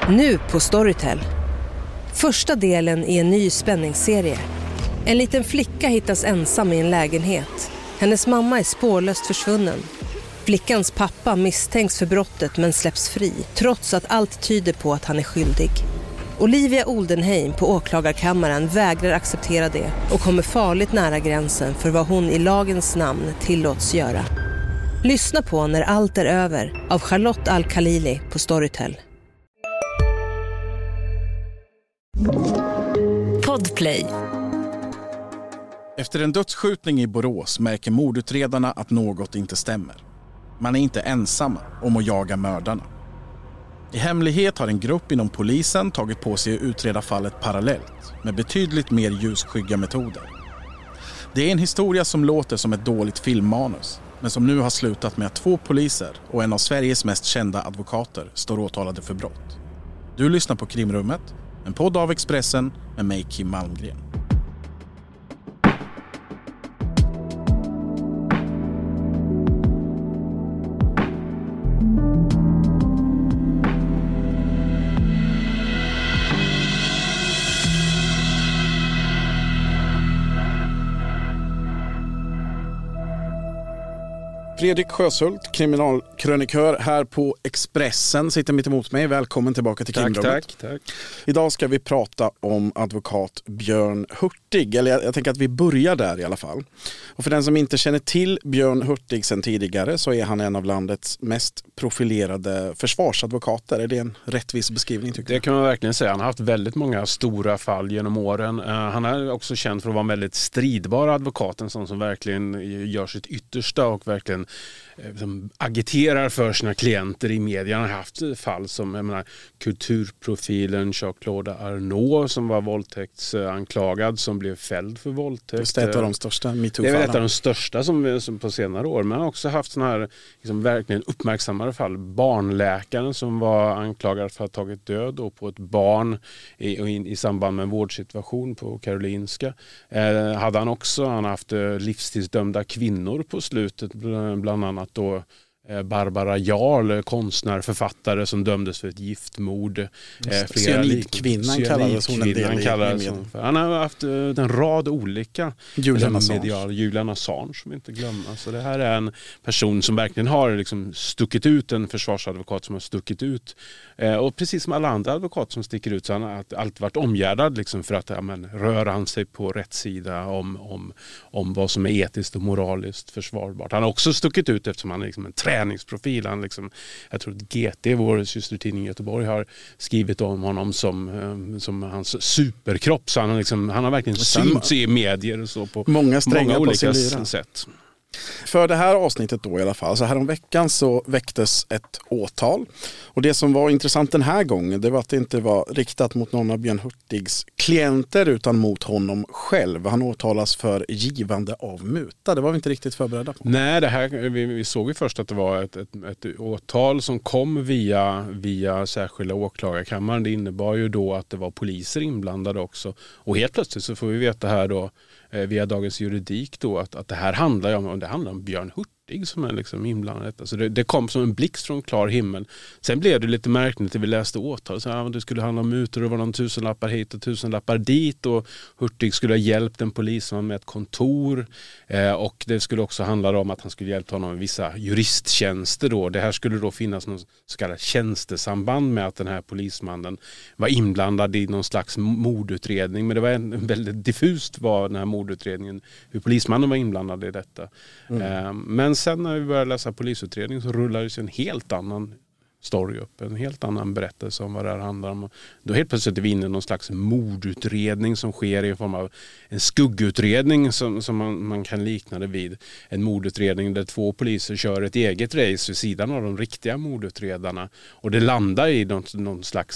Nu på Storytel. Första delen i en ny spänningsserie. En liten flicka hittas ensam i en lägenhet. Hennes mamma är spårlöst försvunnen. Flickans pappa misstänks för brottet men släpps fri, trots att allt tyder på att han är skyldig. Olivia Oldenheim på åklagarkammaren vägrar acceptera det och kommer farligt nära gränsen för vad hon i lagens namn tillåts göra. Lyssna på När allt är över av Charlotte Al-Khalili på Storytel. Podplay. Efter en dödsskjutning i Borås märker mordutredarna att något inte stämmer. Man är inte ensamma om att jaga mördarna. I hemlighet har en grupp inom polisen tagit på sig att utreda fallet parallellt med betydligt mer ljusskygga metoder. Det är en historia som låter som ett dåligt filmmanus, men som nu har slutat med att 2 poliser och en av Sveriges mest kända advokater står åtalade för brott. Du lyssnar på Krimrummet, en podd av Expressen med mig, Kim Malmgren. Fredrik Sjöshult, kriminalkrönikör här på Expressen, sitter mitt emot mig. Välkommen tillbaka till Krimrummet. Tack. Idag ska vi prata om advokat Björn Hurtig. Eller jag tänker att vi börjar där i alla fall. Och för den som inte känner till Björn Hurtig sedan tidigare så är han en av landets mest profilerade försvarsadvokater. Är det en rättvis beskrivning tycker du? Det kan man verkligen säga. Han har haft väldigt många stora fall genom åren. Han är också känd för att vara en väldigt stridbar advokat. En sån som verkligen gör sitt yttersta och verkligen agiterar för sina klienter i media. Han har haft fall som kulturprofilen Jean-Claude Arnault som var våldtäktsanklagad som blev fälld för våldtäkt. Det är ett av de största MeToo-fallen. Det är ett av de största som på senare år. Men han har också haft såna här verkligen uppmärksammade fall. Barnläkaren som var anklagad för att ha tagit död och på ett barn i samband med en vårdsituation på Karolinska. Hade han också. Han har haft livstidsdömda kvinnor på slutet, bland annat då Barbara Jarl, konstnär, författare som dömdes för ett giftmord. Cyanidkvinnan kallades hon en del. Han har haft en rad olika Julian Assange som inte glömmer. Så det här är en person som verkligen har stuckit ut, en försvarsadvokat som har stuckit ut. Och precis som alla andra advokater som sticker ut så han har alltid varit omgärdad för att rör han sig på rätt sida om vad som är etiskt och moraliskt försvarbart. Han har också stuckit ut eftersom han är en träningsprofil. Jag tror att GT, vår systertidning i Göteborg, har skrivit om honom som hans superkropp. Så han har verkligen synts i medier och så på många olika sätt. För det här avsnittet då i alla fall, så här om veckan så väcktes ett åtal. Och det som var intressant den här gången, det var att det inte var riktat mot någon av Björn Hurtigs klienter utan mot honom själv. Han åtalas för givande av muta. Det var vi inte riktigt förberedda på. Nej, det här, vi såg ju först att det var ett åtal som kom via särskilda åklagarkammaren. Det innebar ju då att det var poliser inblandade också. Och helt plötsligt så får vi veta här då via Dagens Juridik då att det här handlar om Björn Hurtig som är inblandad i detta. Så det kom som en blixt från klar himmel. Sen blev det lite märkligt när vi läste åtal. Så det skulle handla om mutor och var någon 1000-lappar hit och 1000-lappar dit och Hurtig skulle ha hjälpt en polisman med ett kontor och det skulle också handla om att han skulle hjälpa honom med vissa juristtjänster då. Det här skulle då finnas någon så kallad tjänstesamband med att den här polismannen var inblandad i någon slags mordutredning, men det var väldigt diffust vad den här mordutredningen, hur polismannen var inblandad i detta. Men sen när vi började läsa polisutredningen så rullades en helt annan story upp, en helt annan berättelse om vad det här handlar om. Då helt plötsligt är vi inne i någon slags mordutredning som sker i form av en skuggutredning som man kan likna det vid. En mordutredning där 2 poliser kör ett eget race vid sidan av de riktiga mordutredarna. Och det landar i någon slags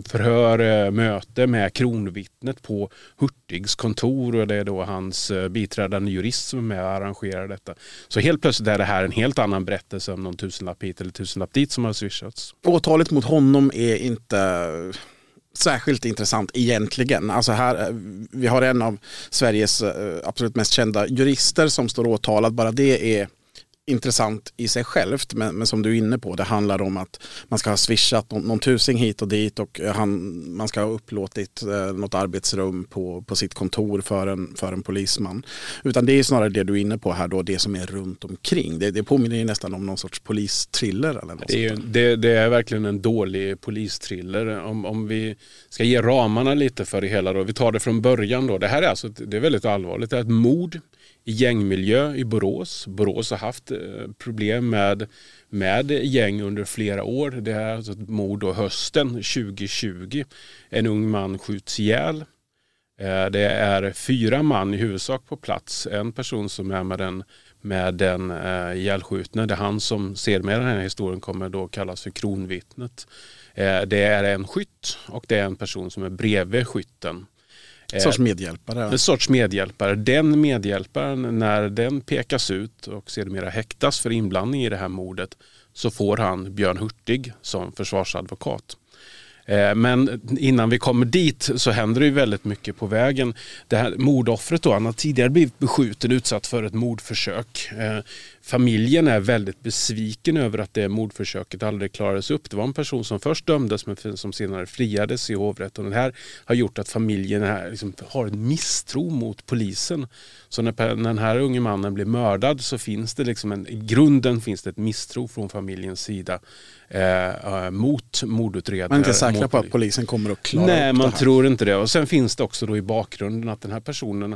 möte med kronvittnet på Hurtigs kontor och det är då hans biträdande jurist som är med och arrangerar detta. Så helt plötsligt är det här en helt annan berättelse om någon 1000-lapp hit eller 1000-lapp dit som har swishat. Åtalet mot honom är inte särskilt intressant egentligen. Alltså här, vi har en av Sveriges absolut mest kända jurister som står åtalad. Bara det är intressant i sig självt, men som du är inne på, det handlar om att man ska ha swishat någon tusing hit och dit och man ska ha upplåtit något arbetsrum på sitt kontor för en polisman. Utan det är snarare det du är inne på här då, det som är runt omkring. Det påminner ju nästan om någon sorts polistriller eller något. Det är verkligen en dålig polistriller. Om vi ska ge ramarna lite för det hela då, vi tar det från början då. Det här är alltså, det är väldigt allvarligt. Det är ett mord i gängmiljö i Borås. Borås har haft problem med gäng under flera år. Det är alltså ett mord då hösten 2020. En ung man skjuts ihjäl. Det är 4 man i huvudsak på plats. En person som är med den ihjälskjutne. Det är han som ser med den här historien kommer då kallas för kronvittnet. Det är en skytt och det är en person som är bredvid skytten. En sorts medhjälpare. En sorts medhjälpare. Den medhjälparen, när den pekas ut och sedermera häktas för inblandning i det här mordet, så får han Björn Hurtig som försvarsadvokat. Men innan vi kommer dit så händer det ju väldigt mycket på vägen. Det här mordoffret då, han har tidigare blivit beskjuten, utsatt för ett mordförsök. Familjen är väldigt besviken över att det mordförsöket aldrig klarades upp. Det var en person som först dömdes men som senare friades i hovrätt. Och den här har gjort att familjen har en misstro mot polisen. Så när den här unge mannen blir mördad så finns det i grunden finns det ett misstro från familjens sida mot mordutredare. Man är inte säker på att polisen kommer att klara upp det här. Nej, man tror inte det. Och sen finns det också då i bakgrunden att den här personen,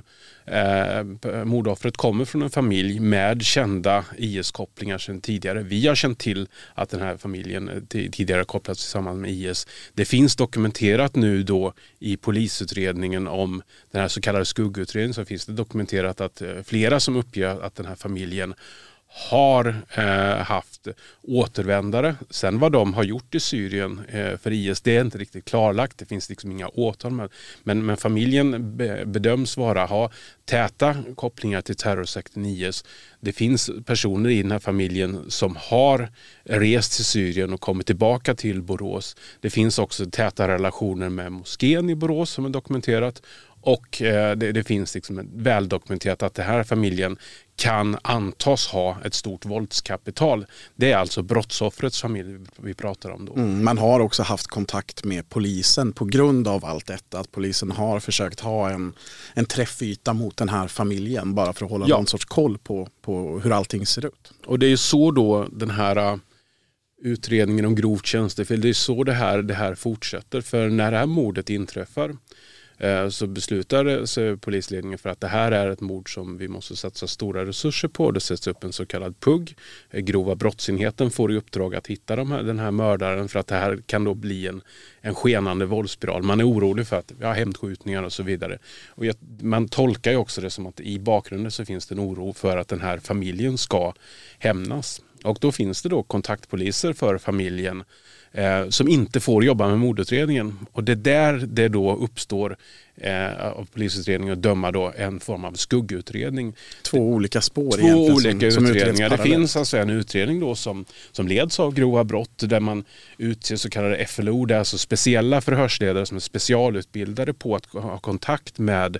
mordoffret, kommer från en familj med kända IS-kopplingar sedan tidigare. Vi har känt till att den här familjen tidigare kopplats tillsammans med IS. Det finns dokumenterat nu då i polisutredningen om den här så kallade skuggutredningen, så finns det dokumenterat att flera som uppger att den här familjen har haft återvändare. Sen vad de har gjort i Syrien för IS, det är inte riktigt klarlagt. Det finns inga åtal med. Men familjen bedöms ha täta kopplingar till terrorsekten IS. Det finns personer i den här familjen som har rest till Syrien och kommit tillbaka till Borås. Det finns också täta relationer med moskén i Borås som är dokumenterat. Och det finns väl dokumenterat att den här familjen kan antas ha ett stort våldskapital. Det är alltså brottsoffrets familj vi pratar om då. Man har också haft kontakt med polisen på grund av allt detta. Att polisen har försökt ha en träffyta mot den här familjen bara för att hålla någon sorts koll på hur allting ser ut. Och det är ju så då den här utredningen om grovt tjänstefel, det är så det här fortsätter. För när det här mordet inträffar så beslutar sig polisledningen för att det här är ett mord som vi måste satsa stora resurser på. Det sätts upp en så kallad PUG. Grova brottsenheten får i uppdrag att hitta den här mördaren, för att det här kan då bli en skenande våldsspiral. Man är orolig för att hämndskjutningar och så vidare. Och man tolkar ju också det som att i bakgrunden så finns det en oro för att den här familjen ska hämnas. Och då finns det då kontaktpoliser för familjen som inte får jobba med mordutredningen. Och det där det då uppstår av polisutredningen att döma då en form av skuggutredning. Två olika spår Två egentligen. olika utredningar. Det finns alltså en utredning då som leds av grova brott där man utser så kallade FLO, det är alltså speciella förhörsledare som är specialutbildade på att ha kontakt med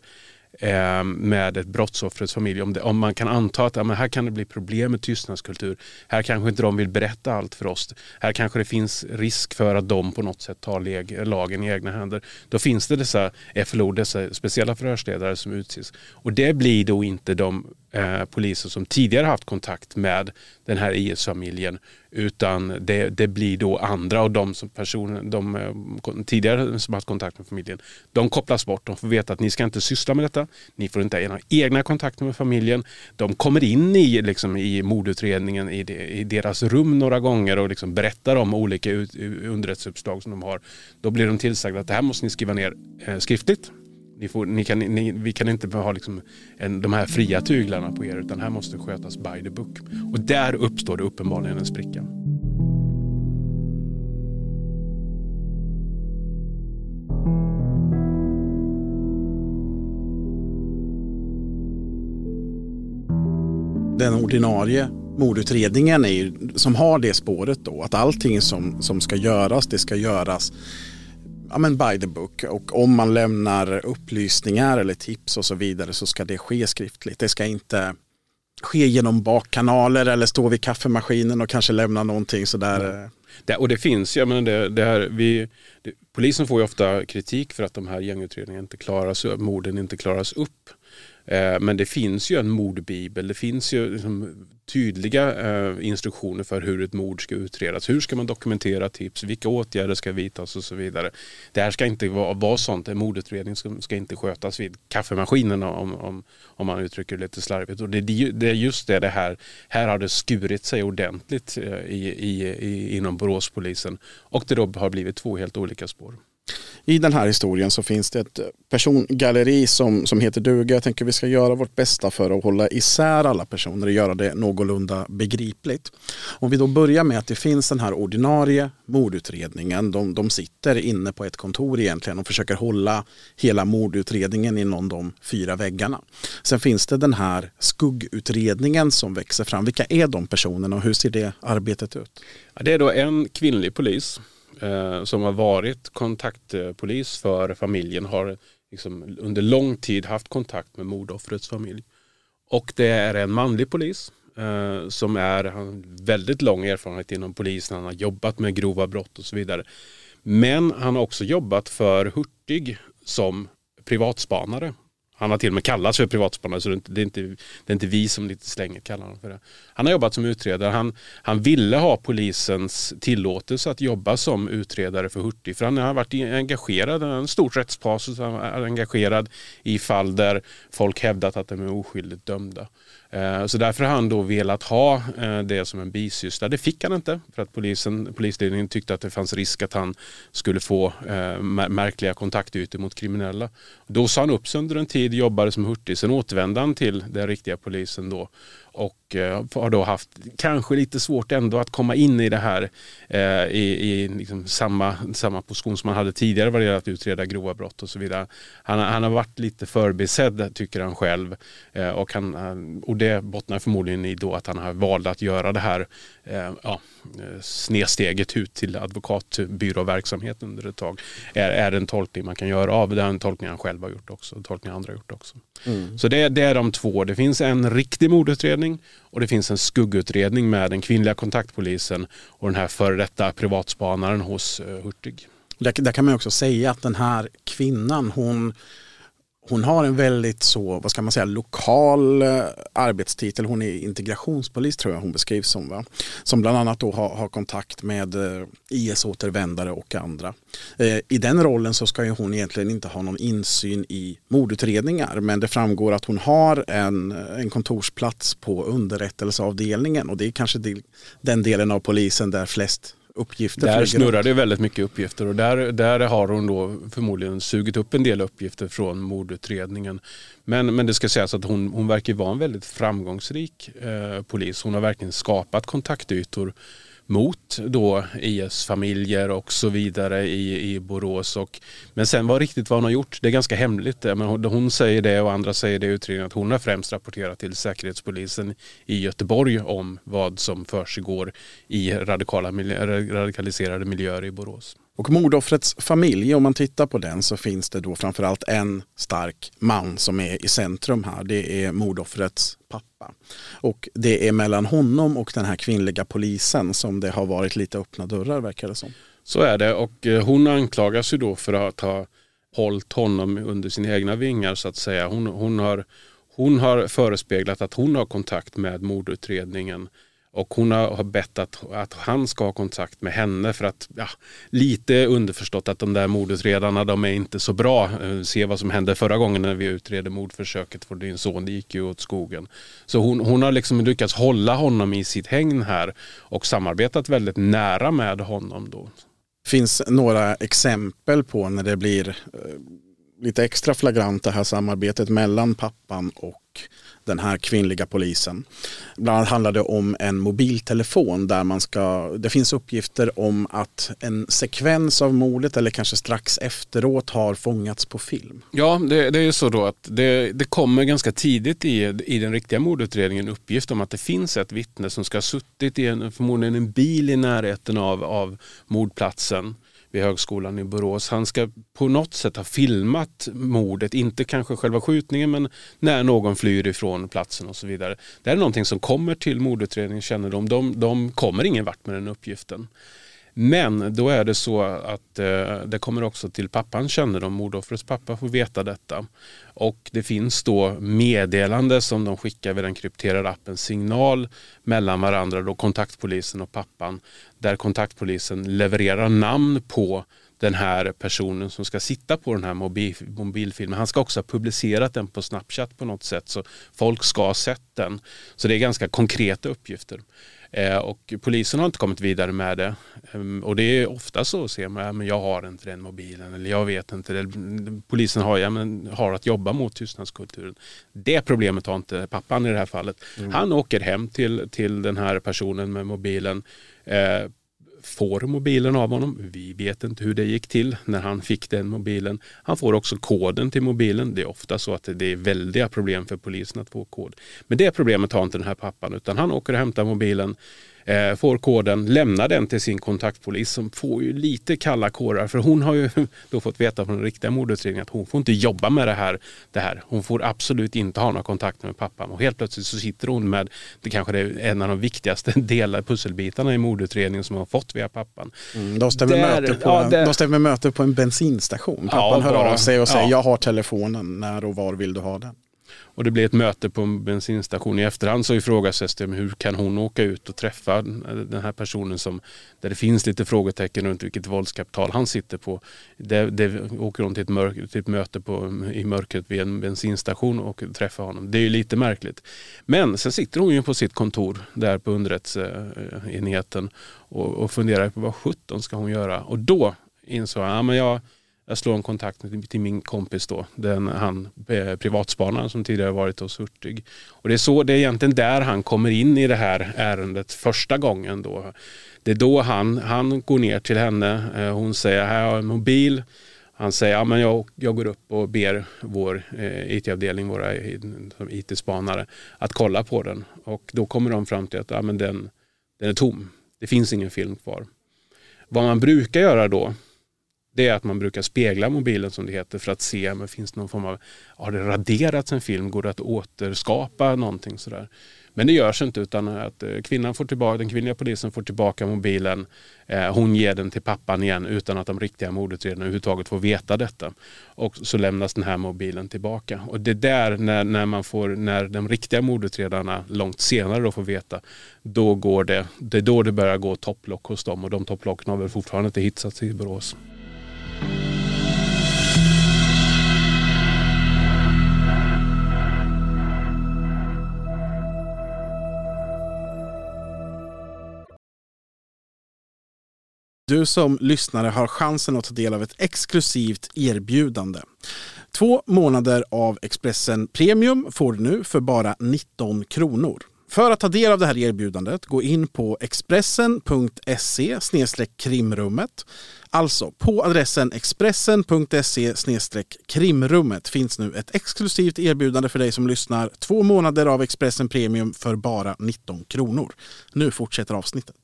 ett brottsoffrets familj. Om man kan anta att här kan det bli problem med tystnadskultur. Här kanske inte de vill berätta allt för oss. Här kanske det finns risk för att de på något sätt tar lagen i egna händer. Då finns det dessa FLO, dessa speciella förhörsledare som utses. Och det blir då inte de poliser som tidigare haft kontakt med den här IS-familjen, utan det blir då andra, och de tidigare som haft kontakt med familjen, de kopplas bort. De får veta att ni ska inte syssla med detta. Ni får inte ha några egna kontakter med familjen. De kommer in i mordutredningen i deras rum några gånger och berättar om olika underrättelseuppslag som de har. Då blir de tillsagda att det här måste ni skriva ner skriftligt. Vi kan inte ha de här fria tyglarna på er, utan här måste skötas by the book. Och där uppstår det uppenbarligen en spricka. Den ordinarie mordutredningen som har det spåret då, att allting som ska göras, det ska göras by the book, och om man lämnar upplysningar eller tips och så vidare så ska det ske skriftligt. Det ska inte ske genom bakkanaler eller stå vid kaffemaskinen och kanske lämna någonting sådär. Och det finns, jag menar, polisen får ju ofta kritik för att de här gängutredningarna inte klaras upp, morden inte klaras upp. Men det finns ju en mordbibel, det finns ju liksom tydliga instruktioner för hur ett mord ska utredas. Hur ska man dokumentera tips, vilka åtgärder ska vidtas och så vidare. Det här ska inte vara sånt, en mordutredning ska inte skötas vid kaffemaskinen om man uttrycker det lite slarvigt. Och det är just det här har det skurit sig ordentligt inom Boråspolisen, och det då har blivit 2 helt olika spår. I den här historien så finns det ett persongalleri som heter duga. Jag tänker vi ska göra vårt bästa för att hålla isär alla personer och göra det någorlunda begripligt. Om vi då börjar med att det finns den här ordinarie mordutredningen. De sitter inne på ett kontor egentligen och försöker hålla hela mordutredningen inom de 4 väggarna. Sen finns det den här skuggutredningen som växer fram. Vilka är de personerna och hur ser det arbetet ut? Ja, det är då en kvinnlig polis som har varit kontaktpolis för familjen, har liksom under lång tid haft kontakt med mordoffrets familj. Och det är en manlig polis som har väldigt lång erfarenhet inom polisen. Han har jobbat med grova brott och så vidare. Men han har också jobbat för Hurtig som privatspanare. Han har till och med kallats för privatspanare, så det är inte vi som lite slänger kallar honom för det. Han har jobbat som utredare. Han ville ha polisens tillåtelse att jobba som utredare för Hurtig. För han har varit engagerad, en stor rättspasus, han är engagerad i fall där folk hävdat att de är oskyldigt dömda. Så därför har han då velat ha det som en bisyssla. Det fick han inte, för att polisledningen tyckte att det fanns risk att han skulle få märkliga kontaktytor mot kriminella. Då sa han upp sig under en tid, jobbade som Hurtig, sen återvände han till den riktiga polisen då. Och har då haft kanske lite svårt ändå att komma in i det här i liksom samma position som man hade tidigare vad det gäller att utreda grova brott och så vidare. Han har varit lite förbisedd, tycker han själv, och det bottnar förmodligen i då att han har valt att göra det här snedsteget ut till advokatbyråverksamheten under ett tag. Är en tolkning man kan göra av. Det är en tolkning han själv har gjort också, en tolkning andra har gjort också. Så det är de 2. Det finns en riktig mordutredning och det finns en skuggutredning med den kvinnliga kontaktpolisen och den här före detta privatspanaren hos Hurtig. Där kan man också säga att den här kvinnan, hon har en väldigt så, vad ska man säga, lokal arbetstitel. Hon är integrationspolis, tror jag hon beskrivs som, va? Som bland annat då har kontakt med IS-återvändare och andra. I den rollen så ska ju hon egentligen inte ha någon insyn i mordutredningar, men det framgår att hon har en kontorsplats på underrättelseavdelningen, och det är kanske den delen av polisen där flest uppgifter. Där snurrar det väldigt mycket uppgifter, och där har hon då förmodligen sugit upp en del uppgifter från mordutredningen. Men det ska sägas att hon verkar vara en väldigt framgångsrik polis. Hon har verkligen skapat kontaktytor mot då IS-familjer och så vidare i Borås. Men sen vad hon har gjort, det är ganska hemligt. Men hon säger det och andra säger det i utredningen att hon har främst rapporterat till Säkerhetspolisen i Göteborg om vad som försiggår i radikaliserade miljöer i Borås. Och mordoffrets familj, om man tittar på den så finns det då framförallt en stark man som är i centrum här. Det är mordoffrets pappa. Och det är mellan honom och den här kvinnliga polisen som det har varit lite öppna dörrar, verkar det som. Så är det, och hon anklagas ju då för att ha hållit honom under sina egna vingar, så att säga. Hon har förespeglat att hon har kontakt med mordutredningen. Och hon har bett att han ska ha kontakt med henne för att lite underförstått att de där mordutredarna, de är inte så bra. Se vad som hände förra gången när vi utredde mordförsöket för din son, det gick ju åt skogen. Så hon har liksom lyckats hålla honom i sitt hägn här och samarbetat väldigt nära med honom då. Finns några exempel på när det blir lite extra flagrant det här samarbetet mellan pappan och den här kvinnliga polisen. Bland annat handlar det om en mobiltelefon där det finns uppgifter om att en sekvens av mordet eller kanske strax efteråt har fångats på film. Ja, det är ju så då att det kommer ganska tidigt i den riktiga mordutredningen uppgift om att det finns ett vittne som ska ha suttit i förmodligen en bil i närheten av mordplatsen vid högskolan i Borås. Han ska på något sätt ha filmat mordet, inte kanske själva skjutningen, men när någon flyr ifrån platsen och så vidare. Det är någonting som kommer till mordutredningen, kännedom. De kommer ingen vart med den uppgiften. Men då är det så att det kommer också till pappans kännedom. Mordoffrets pappa får veta detta. Och det finns då meddelande som de skickar vid den krypterade appen Signal mellan varandra, då kontaktpolisen och pappan. Där kontaktpolisen levererar namn på den här personen som ska sitta på den här mobilfilmen. Han ska också ha publicerat den på Snapchat på något sätt, så folk ska ha sett den. Så det är ganska konkreta uppgifter. Och polisen har inte kommit vidare med det. Och det är ofta så att se, men jag har inte den mobilen, eller jag vet inte. Polisen har att jobba mot tystnadskulturen. Det problemet har inte pappan i det här fallet. Han åker hem till den här personen med mobilen, får mobilen av honom. Vi vet inte hur det gick till när han fick den mobilen. Han får också koden till mobilen. Det är ofta så att det är väldiga problem för polisen att få kod. Men det problemet har inte den här pappan, utan han åker och hämtar mobilen, får koden, lämnar den till sin kontaktpolis som får ju lite kalla kårar, för hon har ju då fått veta från den riktiga mordutredningen att hon får inte jobba med det här. Hon får absolut inte ha några kontakter med pappan, och helt plötsligt så sitter hon med det kanske är en av de viktigaste pusselbitarna i mordutredningen som hon har fått via pappan. De stämmer möte på en bensinstation. Pappan hör av sig och säger jag har telefonen, när och var vill du ha den? Och det blir ett möte på en bensinstation. I efterhand så ifrågasätts det hur kan hon åka ut och träffa den här personen där det finns lite frågetecken runt vilket våldskapital han sitter på. Det åker hon till ett möte i mörkret vid en bensinstation och träffar honom. Det är ju lite märkligt. Men sen sitter hon ju på sitt kontor där på underrättsenheten och funderar på vad 17 ska hon göra. Och då insåg jag slår en kontakt till min kompis då, han privatspanaren som tidigare varit hos Hurtig. Och det är egentligen där han kommer in i det här ärendet första gången då. Det är då han går ner till henne, hon säger här har jag en mobil. Han säger jag går upp och ber vår IT-avdelning, våra IT-spanare att kolla på den. Och då kommer de fram till att den är tom. Det finns ingen film kvar. Vad man brukar göra då, det är att man brukar spegla mobilen som det heter för att se om det finns någon form av, har det raderats en film, går det att återskapa någonting sådär. Men det görs inte, utan att den kvinnliga polisen får tillbaka mobilen, hon ger den till pappan igen utan att de riktiga mordutredarna överhuvudtaget får veta detta. Och så lämnas den här mobilen tillbaka. Och det där när de riktiga mordutredarna långt senare då får veta, det är då det börjar gå topplock hos dem, och de topplocken har väl fortfarande inte hittats i Borås. Du som lyssnare har chansen att ta del av ett exklusivt erbjudande. 2 månader av Expressen Premium får du nu för bara 19 kronor. För att ta del av det här erbjudandet, gå in på expressen.se/krimrummet. Alltså på adressen expressen.se/krimrummet finns nu ett exklusivt erbjudande för dig som lyssnar. 2 månader av Expressen Premium för bara 19 kronor. Nu fortsätter avsnittet.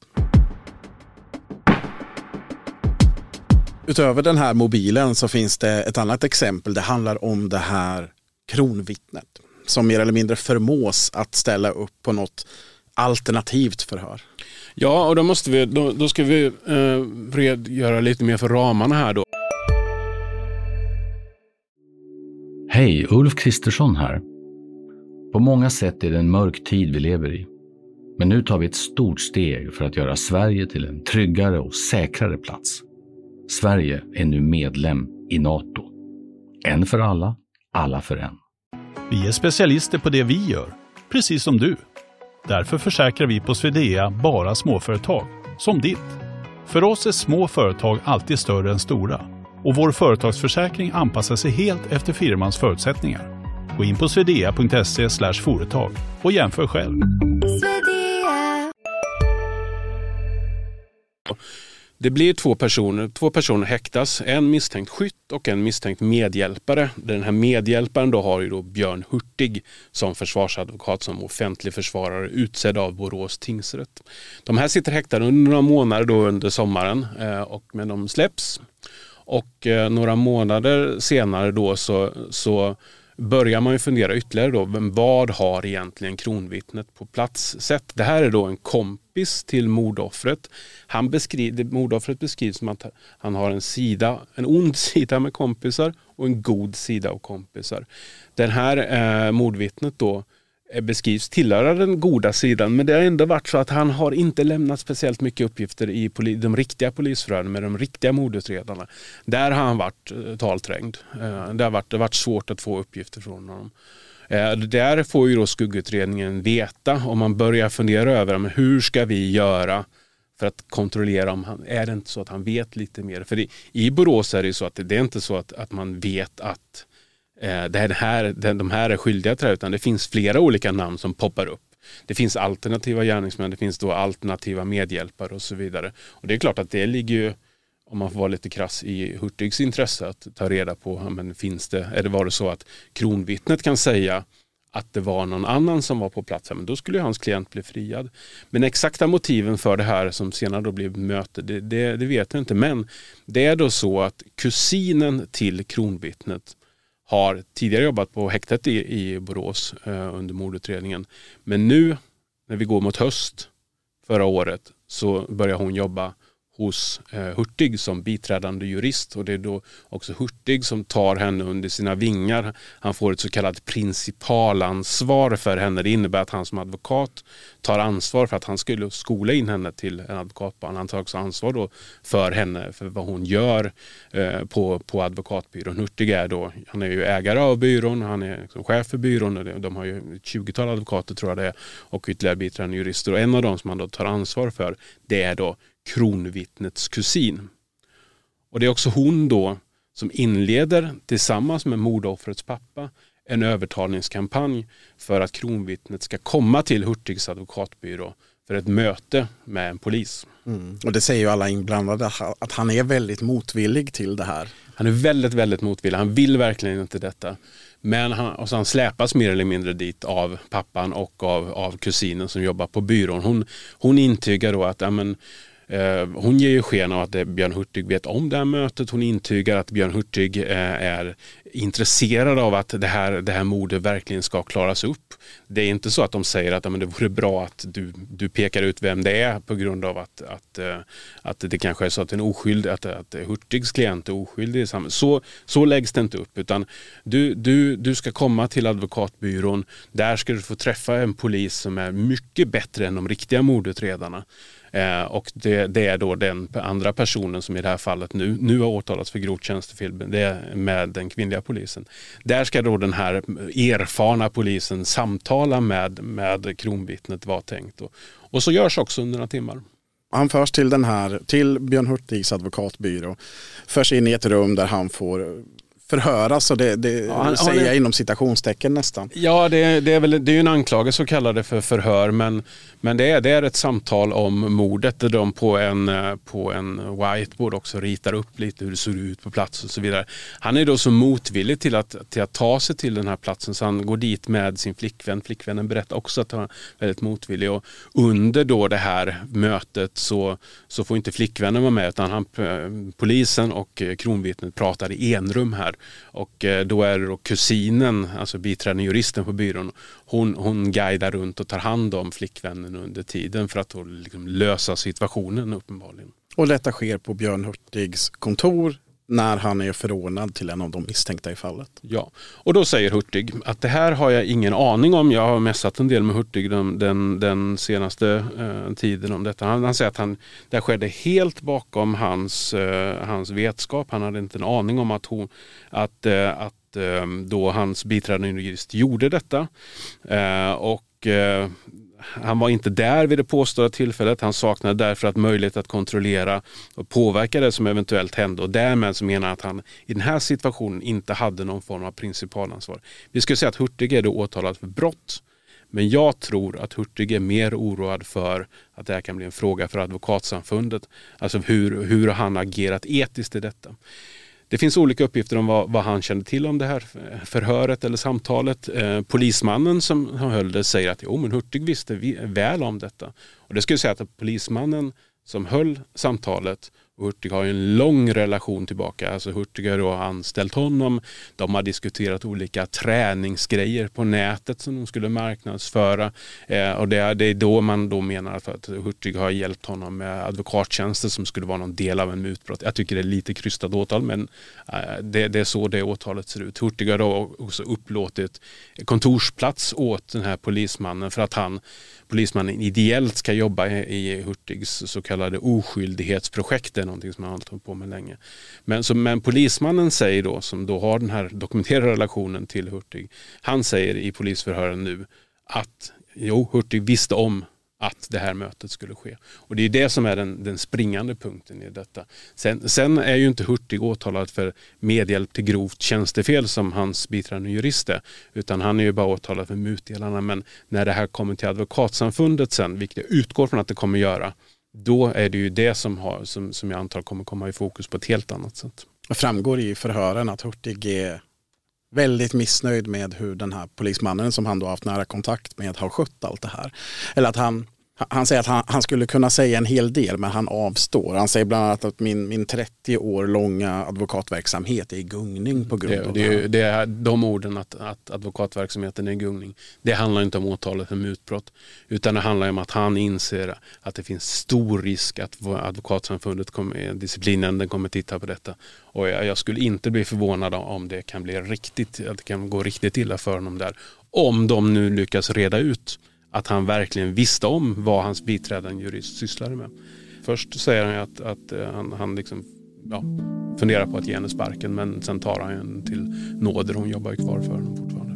Utöver den här mobilen så finns det ett annat exempel. Det handlar om det här kronvittnet som mer eller mindre förmås att ställa upp på något alternativt förhör. Ja, och då ska vi redogöra lite mer för ramarna här då. Hej, Ulf Kristersson här. På många sätt är det en mörk tid vi lever i. Men nu tar vi ett stort steg för att göra Sverige till en tryggare och säkrare plats. Sverige är nu medlem i NATO. En för alla, alla för en. Vi är specialister på det vi gör, precis som du. Därför försäkrar vi på Swedea bara småföretag, som ditt. För oss är små företag alltid större än stora. Och vår företagsförsäkring anpassar sig helt efter firmans förutsättningar. Gå in på swedea.se/företag och jämför själv. Det blir två personer häktas, en misstänkt skytt och en misstänkt medhjälpare. Den här medhjälparen då har ju då Björn Hurtig som försvarsadvokat, som offentlig försvarare utsedd av Borås tingsrätt. De här sitter häktade under några månader då under sommaren, men de släpps. Och några månader senare då så börjar man ju fundera ytterligare då, vad har egentligen kronvittnet på plats sett? Det här är då en kompis till mordoffret. Mordoffret beskrivs som att han har en ond sida med kompisar och en god sida av kompisar. Den här mordvittnet då beskrivs tillhöra den goda sidan, men det har ändå varit så att han har inte lämnat speciellt mycket uppgifter i de riktiga polisförhören med de riktiga mordutredarna. Där har han varit talträngd. Det har varit svårt att få uppgifter från honom. Där får ju då skuggutredningen veta, om man börjar fundera över men hur ska vi göra för att kontrollera om är det inte så att han vet lite mer. För i Borås är det så att det är inte så att man vet att de här är skyldiga till det, utan det finns flera olika namn som poppar upp. Det finns alternativa gärningsmän, det finns då alternativa medhjälpare och så vidare. Och det är klart att det ligger ju, om man får vara lite krass, i Hurtigs intresse att ta reda på, men var det så att kronvittnet kan säga att det var någon annan som var på plats, men då skulle hans klient bli friad. Men exakta motiven för det här som senare då blev möte, det vet jag inte. Men det är då så att kusinen till kronvittnet har tidigare jobbat på häktet i Borås under mordutredningen. Men nu när vi går mot höst förra året så börjar hon jobba hos Hurtig som biträdande jurist, och det är då också Hurtig som tar henne under sina vingar. Han får ett så kallat principalansvar för henne. Det innebär att han som advokat tar ansvar för att han skulle skola in henne till en advokatbana. Han tar också ansvar då för henne, för vad hon gör på advokatbyrån. Hurtig han är ju ägare av byrån, han är liksom chef för byrån. De har ju ett 20-tal advokater tror jag det är, och ytterligare biträdande jurister. Och en av dem som han då tar ansvar för, det är då kronvittnets kusin. Och det är också hon då som inleder tillsammans med mordoffrets pappa en övertalningskampanj för att kronvittnet ska komma till Hurtigs advokatbyrå för ett möte med en polis. Och det säger ju alla inblandade att han är väldigt motvillig till det här. Han är väldigt, väldigt motvillig. Han vill verkligen inte detta. Men han släpas mer eller mindre dit av pappan och av kusinen som jobbar på byrån. Hon intygar då att hon ger ju sken av att Björn Hurtig vet om det här mötet. Hon intygar att Björn Hurtig är intresserad av att det här mordet verkligen ska klaras upp. Det är inte så att de säger att det vore bra att du pekar ut vem det är på grund av att det kanske är så att en oskyldig, att Hurtigs klient är oskyldig. Så läggs det inte upp, utan du ska komma till advokatbyrån. Där ska du få träffa en polis som är mycket bättre än de riktiga mordutredarna. Och det är då den andra personen som i det här fallet nu har åtalats för grovt tjänstefel, det är med den kvinnliga polisen. Där ska då den här erfarna polisen samtala med kronvittnet, var tänkt. Och så görs också under några timmar. Han förs till Björn Hurtigs advokatbyrå, förs in i ett rum där han får förhöras, och det säger jag inom citationstecken nästan. Ja, det är ju en anklagelse så kallade för förhör, men det är ett samtal om mordet där de på en whiteboard också ritar upp lite hur det ser ut på plats och så vidare. Han är då så motvillig till att ta sig till den här platsen, så han går dit med sin flickvän. Flickvännen berättar också att han är väldigt motvillig, och under då det här mötet så får inte flickvännen vara med, utan polisen och kronvittnet pratar i enrum här. Och då är det då kusinen, alltså biträdande juristen på byrån, hon guidar runt och tar hand om flickvännen under tiden för att då liksom lösa situationen uppenbarligen. Och detta sker på Björn Hurtigs kontor när han är förordnad till en av de misstänkta i fallet. Ja, och då säger Hurtig att det här har jag ingen aning om. Jag har mässat en del med Hurtig den senaste tiden om detta. Han säger att det skedde helt bakom hans vetskap. Han hade inte en aning om att då hans biträdande jurist gjorde detta. Han var inte där vid det påstådda tillfället. Han saknade därför att möjlighet att kontrollera och påverka det som eventuellt hände. Och därmed så menar att han i den här situationen inte hade någon form av principalansvar. Vi ska säga att Hurtig är då åtalad för brott, Men jag tror att Hurtig är mer oroad för att det här kan bli en fråga för advokatsamfundet. Alltså hur han agerat etiskt i detta. Det finns olika uppgifter om vad han kände till om det här förhöret eller samtalet. Polismannen som höll det säger att men Hurtig visste väl om detta. Och det skulle säga att polismannen som höll samtalet, och Hurtig har ju en lång relation tillbaka. Alltså Hurtig har då anställt honom. De har diskuterat olika träningsgrejer på nätet som de skulle marknadsföra. Och det är då man då menar att Hurtig har hjälpt honom med advokattjänster som skulle vara någon del av en mutbrott. Jag tycker det är lite krystat åtal, men det är så det åtalet ser ut. Hurtig har då också upplåtit kontorsplats åt den här polismannen för att polismannen ideellt ska jobba i Hurtigs så kallade oskyldighetsprojekt. Det är någonting som han har hållit på med länge. Men polismannen säger då, som då har den här dokumenterade relationen till Hurtig, han säger i polisförhören nu att Hurtig visste om att det här mötet skulle ske. Och det är det som är den springande punkten i detta. Sen är ju inte Hurtig åtalad för medhjälp till grovt tjänstefel som hans biträdande jurist är, utan han är ju bara åtalad för mutdelarna. Men när det här kommer till advokatsamfundet sen, vilket jag utgår från att det kommer göra, då är det ju det som jag antar kommer komma i fokus på ett helt annat sätt. Det framgår i förhören att Hurtig är väldigt missnöjd med hur den här polismannen som han då haft nära kontakt med har skött allt det här. Eller att han säger att han skulle kunna säga en hel del, men han avstår. Han säger bland annat att min 30 år långa advokatverksamhet är i gungning på grund av det är de orden att advokatverksamheten är i gungning. Det handlar inte om åtalet för mutbrott, utan det handlar om att han inser att det finns stor risk att advokatsamfundet disciplinnämnden kommer titta på detta. Och jag skulle inte bli förvånad om det kan gå riktigt illa för honom där. Om de nu lyckas reda ut att han verkligen visste om vad hans biträdande jurist sysslade med. Först säger han att han liksom, funderar på att ge henne sparken, men sen tar han henne till nåder. Hon jobbar ju kvar för honom fortfarande.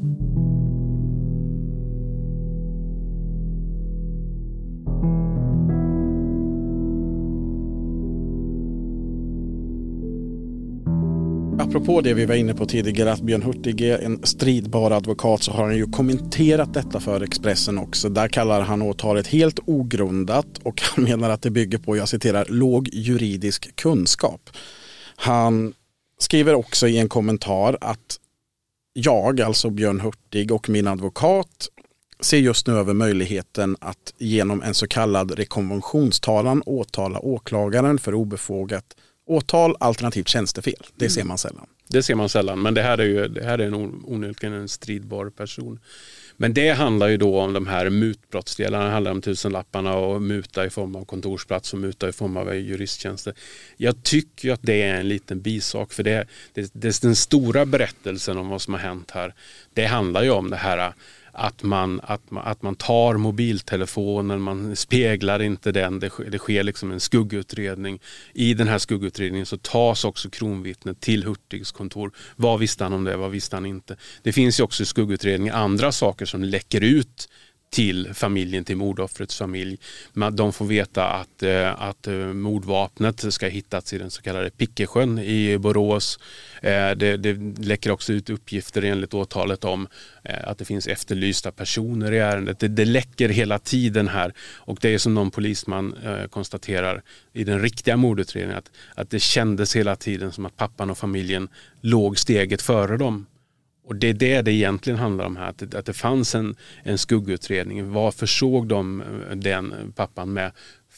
Apropå det vi var inne på tidigare, att Björn Hurtig är en stridbar advokat, så har han ju kommenterat detta för Expressen också. Där kallar han åtalet helt ogrundat och han menar att det bygger på, jag citerar, låg juridisk kunskap. Han skriver också i en kommentar att jag, alltså Björn Hurtig, och min advokat ser just nu över möjligheten att genom en så kallad rekonventionstalan åtala åklagaren för obefogat åtal alternativt tjänstefel. Det ser man sällan. Det ser man sällan, men det här är onekligen en stridbar person. Men det handlar ju då om de här mutbrottsdelarna. Det handlar om 1000-lapparna och muta i form av kontorsplats och muta i form av juristtjänster. Jag tycker att det är en liten bisak, för det är den stora berättelsen om vad som har hänt här. Det handlar ju om det här att man tar mobiltelefonen, man speglar inte den, det sker liksom en skuggutredning. I den här skuggutredningen så tas också kronvittnet till Hurtigs kontor. Vad visste han om det, vad visste han inte? Det finns ju också i skuggutredningen andra saker som läcker ut till familjen, till mordoffrets familj. De får veta att mordvapnet ska hittats i den så kallade Pickesjön i Borås. Det läcker också ut uppgifter enligt åtalet om att det finns efterlysta personer i ärendet. Det läcker hela tiden här, och det är som någon polisman konstaterar i den riktiga mordutredningen att det kändes hela tiden som att pappan och familjen låg steget före dem. Och det är det egentligen handlar om här, att det fanns en skuggutredning. Vad försåg de den pappan med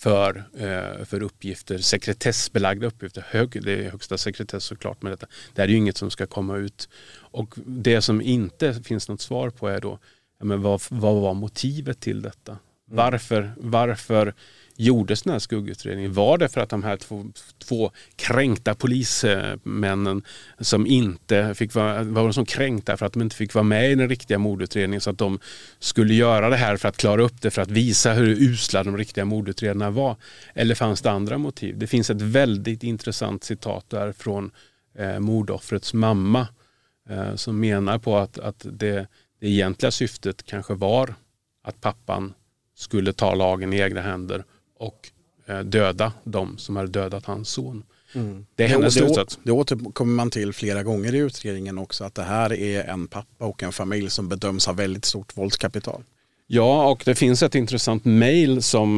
för uppgifter, sekretessbelagda uppgifter. Det är högsta sekretess såklart med detta. Det är ju inget som ska komma ut. Och det som inte finns något svar på är då, men vad var motivet till detta? Varför gjordes den här skuggutredningen? Var det för att de här två kränkta polismännen som inte fick var som kränkta för att de inte fick vara med i den riktiga mordutredningen, så att de skulle göra det här för att klara upp det, för att visa hur usla de riktiga mordutredarna var? Eller fanns det andra motiv? Det finns ett väldigt intressant citat där från mordoffrets mamma som menar på att det egentliga syftet kanske var att pappan skulle ta lagen i egna händer och döda de som hade dödat hans son. Det är hennes slutsats. Det återkommer man till flera gånger i utredningen också, att det här är en pappa och en familj som bedöms ha väldigt stort våldskapital. Ja, och det finns ett intressant mejl som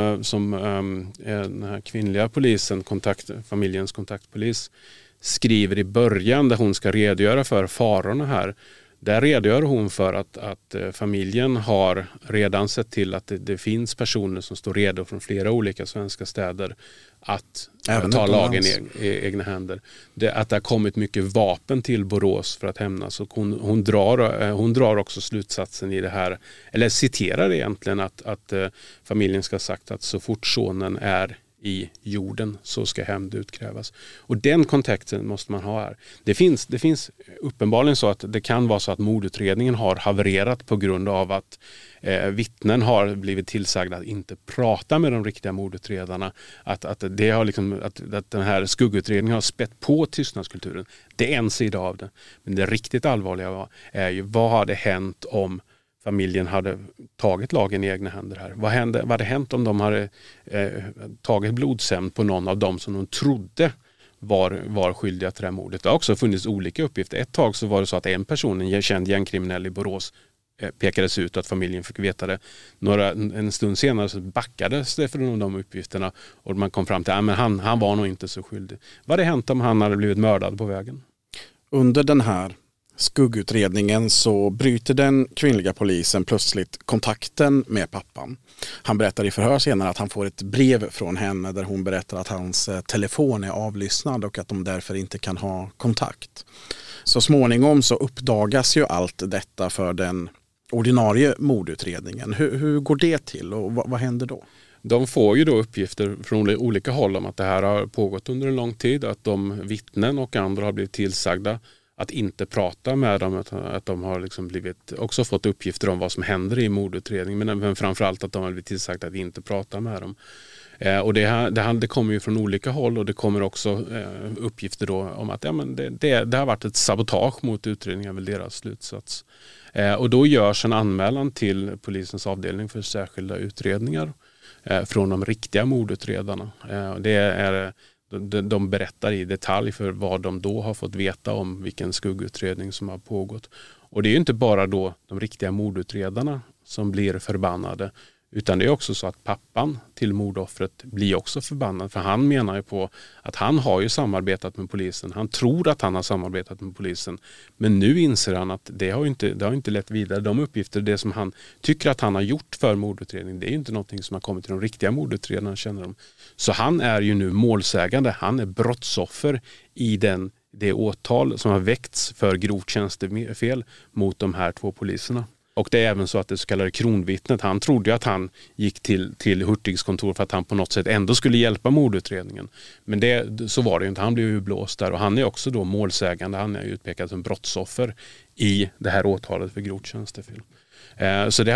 den här kvinnliga polisen, familjens kontaktpolis, skriver i början där hon ska redogöra för farorna här. Där redogör hon för att familjen har redan sett till att det finns personer som står redo från flera olika svenska städer att ta lagen i egna händer. Att det har kommit mycket vapen till Borås för att hämnas. Och hon drar också slutsatsen i det här, eller citerar egentligen att familjen ska ha sagt att så fort sonen är i jorden så ska hämnd utkrävas. Och den kontexten måste man ha här. Det finns uppenbarligen så att det kan vara så att mordutredningen har havererat på grund av att vittnen har blivit tillsagda att inte prata med de riktiga mordutredarna. Att den här skuggutredningen har spett på tystnadskulturen. Det är en sida av det. Men det riktigt allvarliga är ju, vad hade hänt om familjen hade tagit lagen i egna händer här? Vad hade hänt om de hade tagit blodshämnd på någon av dem som de trodde var skyldiga till det här mordet? Det har också funnits olika uppgifter. Ett tag så var det så att en person, en känd gängkriminell i Borås, pekades ut att familjen fick veta det. En stund senare så backades det från de uppgifterna och man kom fram till att han var nog inte så skyldig. Vad hade hänt om han hade blivit mördad på vägen? Under den här skuggutredningen så bryter den kvinnliga polisen plötsligt kontakten med pappan. Han berättar i förhör senare att han får ett brev från henne där hon berättar att hans telefon är avlyssnad och att de därför inte kan ha kontakt. Så småningom så uppdagas ju allt detta för den ordinarie mordutredningen. Hur går det till och vad händer då? De får ju då uppgifter från olika håll om att det här har pågått under en lång tid, att de vittnen och andra har blivit tillsagda att inte prata med dem, att de har liksom också fått uppgifter om vad som händer i mordutredningen, men framförallt att de har blivit tillsagda att inte prata med dem. Och det kommer ju från olika håll, och det kommer också uppgifter då om att det har varit ett sabotage mot utredningen, väl deras slutsats. Och då görs en anmälan till polisens avdelning för särskilda utredningar från de riktiga mordutredarna. De berättar i detalj för vad de då har fått veta om vilken skuggutredning som har pågått. Och det är ju inte bara då de riktiga mordutredarna som blir förbannade, utan det är också så att pappan till mordoffret blir också förbannad. För han menar ju på att han har ju samarbetat med polisen. Han tror att han har samarbetat med polisen. Men nu inser han att det har inte lett vidare. De uppgifter, det som han tycker att han har gjort för mordutredning, det är ju inte någonting som har kommit till de riktiga mordutredarna, känner de. Så han är ju nu målsägande. Han är brottsoffer i det åtal som har väckts för grovt tjänstefel mot de här två poliserna. Och det är även så att det så kallade kronvittnet, han trodde ju att han gick till Hurtigs kontor för att han på något sätt ändå skulle hjälpa mordutredningen. Men så var det ju inte, han blev ju blåst där, och han är också då målsägande, han är utpekad som brottsoffer i det här åtalet för grovt tjänstefel. Så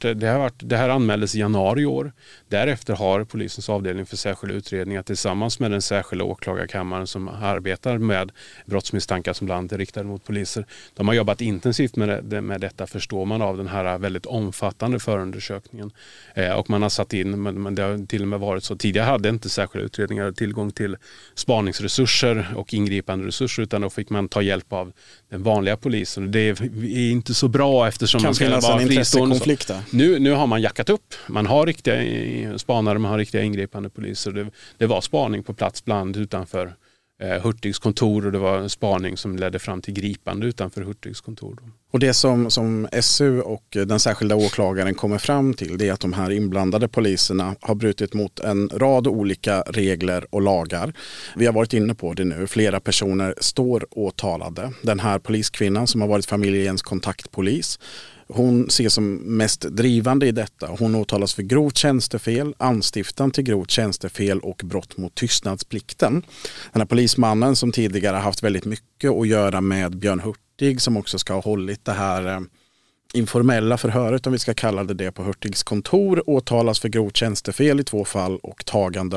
det här anmäldes i januari i år. Därefter har polisens avdelning för särskilda utredningar tillsammans med den särskilda åklagarkammaren som arbetar med brottsmisstankar som bland annat är riktade mot poliser. De har jobbat intensivt med detta, förstår man av den här väldigt omfattande förundersökningen. Och man har satt in, men det har till och med varit så. Tidigare hade inte särskilda utredningar tillgång till spaningsresurser och ingripande resurser, utan då fick man ta hjälp av den vanliga polisen. Det är inte så bra eftersom man ska vara fristående. Nu har man jackat upp. Man har riktiga spanare, man har riktiga ingripande poliser. Det var spaning på plats bland utanför Hurtigs kontor, och det var en spaning som ledde fram till gripande utanför Hurtigs kontor. Och det som SU och den särskilda åklagaren kommer fram till, det är att de här inblandade poliserna har brutit mot en rad olika regler och lagar. Vi har varit inne på det nu. Flera personer står åtalade. Den här poliskvinnan som har varit familjens kontaktpolis, hon ses som mest drivande i detta. Hon åtalas för grovt tjänstefel, anstiftan till grovt tjänstefel och brott mot tystnadsplikten. Den här polismannen som tidigare haft väldigt mycket att göra med Björn Hurtig, som också ska ha hållit det här informella förhöret, om vi ska kalla det på Hurtigs kontor, åtalas för grovt tjänstefel i 2 fall och tagande av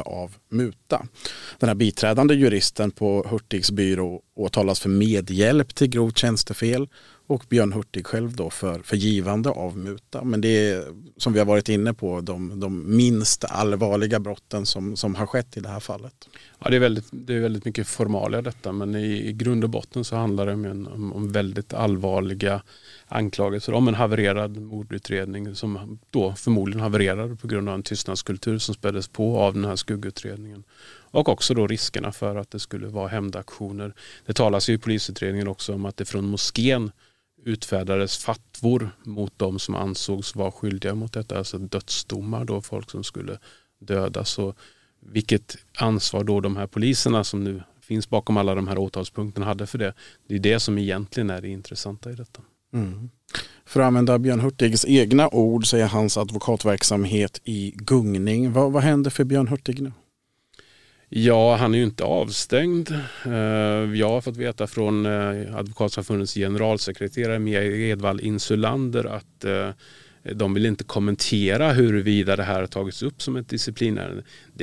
muta. Den här biträdande juristen på Hurtigs byrå åtalas för medhjälp till grovt tjänstefel och Björn Hurtig själv då för givande av muta. Men det är, som vi har varit inne på, de minst allvarliga brotten som har skett i det här fallet. Ja, det är väldigt mycket formalia detta, men i grund och botten så handlar det om väldigt allvarliga anklagelser om en havererad mordutredning som då förmodligen havererade på grund av en tystnadskultur som späddes på av den här skuggutredningen. Och också då riskerna för att det skulle vara hämndaktioner. Det talas ju i polisutredningen också om att det från moskén utfärdades fatwor mot de som ansågs vara skyldiga mot detta, alltså dödsdomar då, folk som skulle dödas. Och vilket ansvar då de här poliserna som nu finns bakom alla de här åtalspunkterna hade för det. Det är det som egentligen är det intressanta i detta. Mm. För att använda Björn Hurtigs egna ord så är hans advokatverksamhet i gungning. Vad händer för Björn Hurtig nu? Ja, han är ju inte avstängd. Jag har fått veta från Advokatsamfundets generalsekreterare Mia Edvall Insulander att de vill inte kommentera huruvida det här har tagits upp som ett disciplinärende.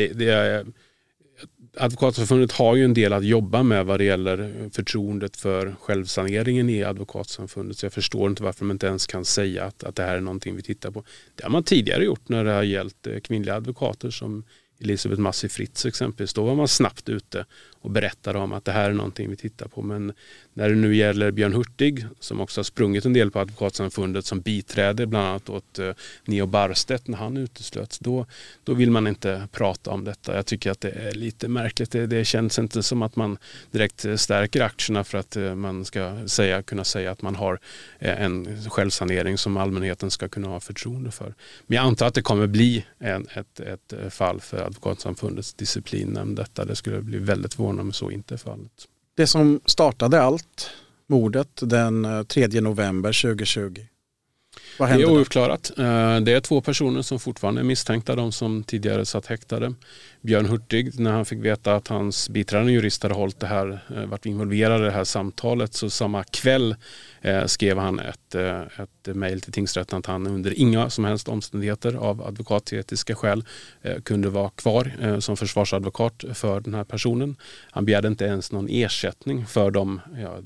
Advokatsamfundet har ju en del att jobba med vad det gäller förtroendet för självsaneringen i Advokatsamfundet. Så jag förstår inte varför man inte ens kan säga att det här är någonting vi tittar på. Det har man tidigare gjort när det har gällt kvinnliga advokater som Elisabeth Massi Fritz exempelvis. Då var man snabbt ute och berättade om att det här är någonting vi tittar på. Men när det nu gäller Björn Hurtig som också har sprungit en del på Advokatsamfundet som biträder bland annat åt Neo Barstedt när han uteslöts, då vill man inte prata om detta. Jag tycker att det är lite märkligt. Det känns inte som att man direkt stärker aktierna för att man ska kunna säga att man har en självsanering som allmänheten ska kunna ha förtroende för. Men jag antar att det kommer bli ett fall för Advokatsamfundets disciplinnämnd detta. Det skulle bli väldigt förvånande om så inte är fallet. Det som startade allt, mordet den 3 november 2020. Vad hände? Det är ouppklarat. Det är 2 personer som fortfarande är misstänkta, de som tidigare satt häktade. Björn Hurtig, när han fick veta att hans biträdande jurist hade varit involverad i det här samtalet, så samma kväll skrev han ett mejl till tingsrätten att han under inga som helst omständigheter av advokatetiska skäl kunde vara kvar som försvarsadvokat för den här personen. Han begärde inte ens någon ersättning för de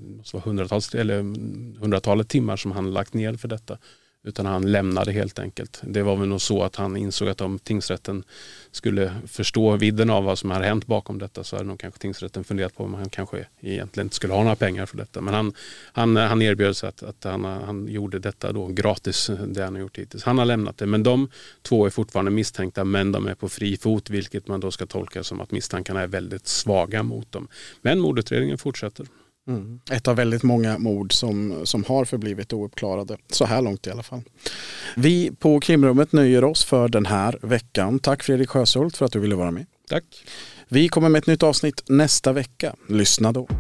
hundratalet timmar som han lagt ner för detta. Utan han lämnade helt enkelt. Det var väl nog så att han insåg att om tingsrätten skulle förstå vidden av vad som har hänt bakom detta, så hade nog kanske tingsrätten funderat på om han kanske egentligen inte skulle ha några pengar för detta. Men han erbjöd sig att han gjorde detta då gratis, det han har gjort hittills. Han har lämnat det, men de 2 är fortfarande misstänkta, men de är på fri fot, vilket man då ska tolka som att misstankarna är väldigt svaga mot dem. Men mordutredningen fortsätter. Ett av väldigt många mord som har förblivit ouppklarade, så här långt i alla fall. Vi på Krimrummet nöjer oss för den här veckan. Tack Fredrik Sjöshult för att du ville vara med. Tack. Vi kommer med ett nytt avsnitt nästa vecka. Lyssna då.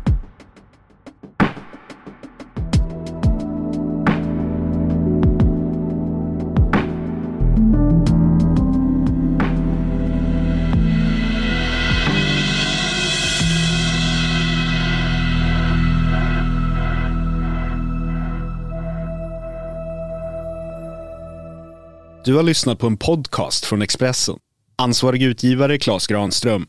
Du har lyssnat på en podcast från Expressen. Ansvarig utgivare Claes Granström.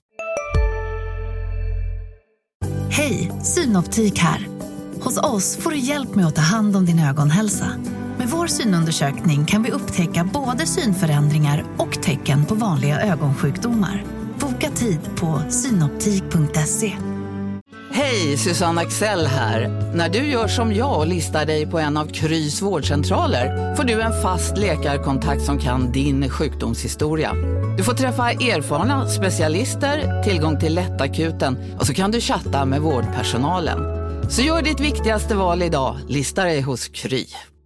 Hej, Synoptik här. Hos oss får du hjälp med att ta hand om din ögonhälsa. Med vår synundersökning kan vi upptäcka både synförändringar och tecken på vanliga ögonsjukdomar. Boka tid på synoptik.se. Hej, Susanne Axel här. När du gör som jag och listar dig på en av Krys vårdcentraler får du en fast läkarkontakt som kan din sjukdomshistoria. Du får träffa erfarna specialister, tillgång till lättakuten och så kan du chatta med vårdpersonalen. Så gör ditt viktigaste val idag, listar dig hos Kry.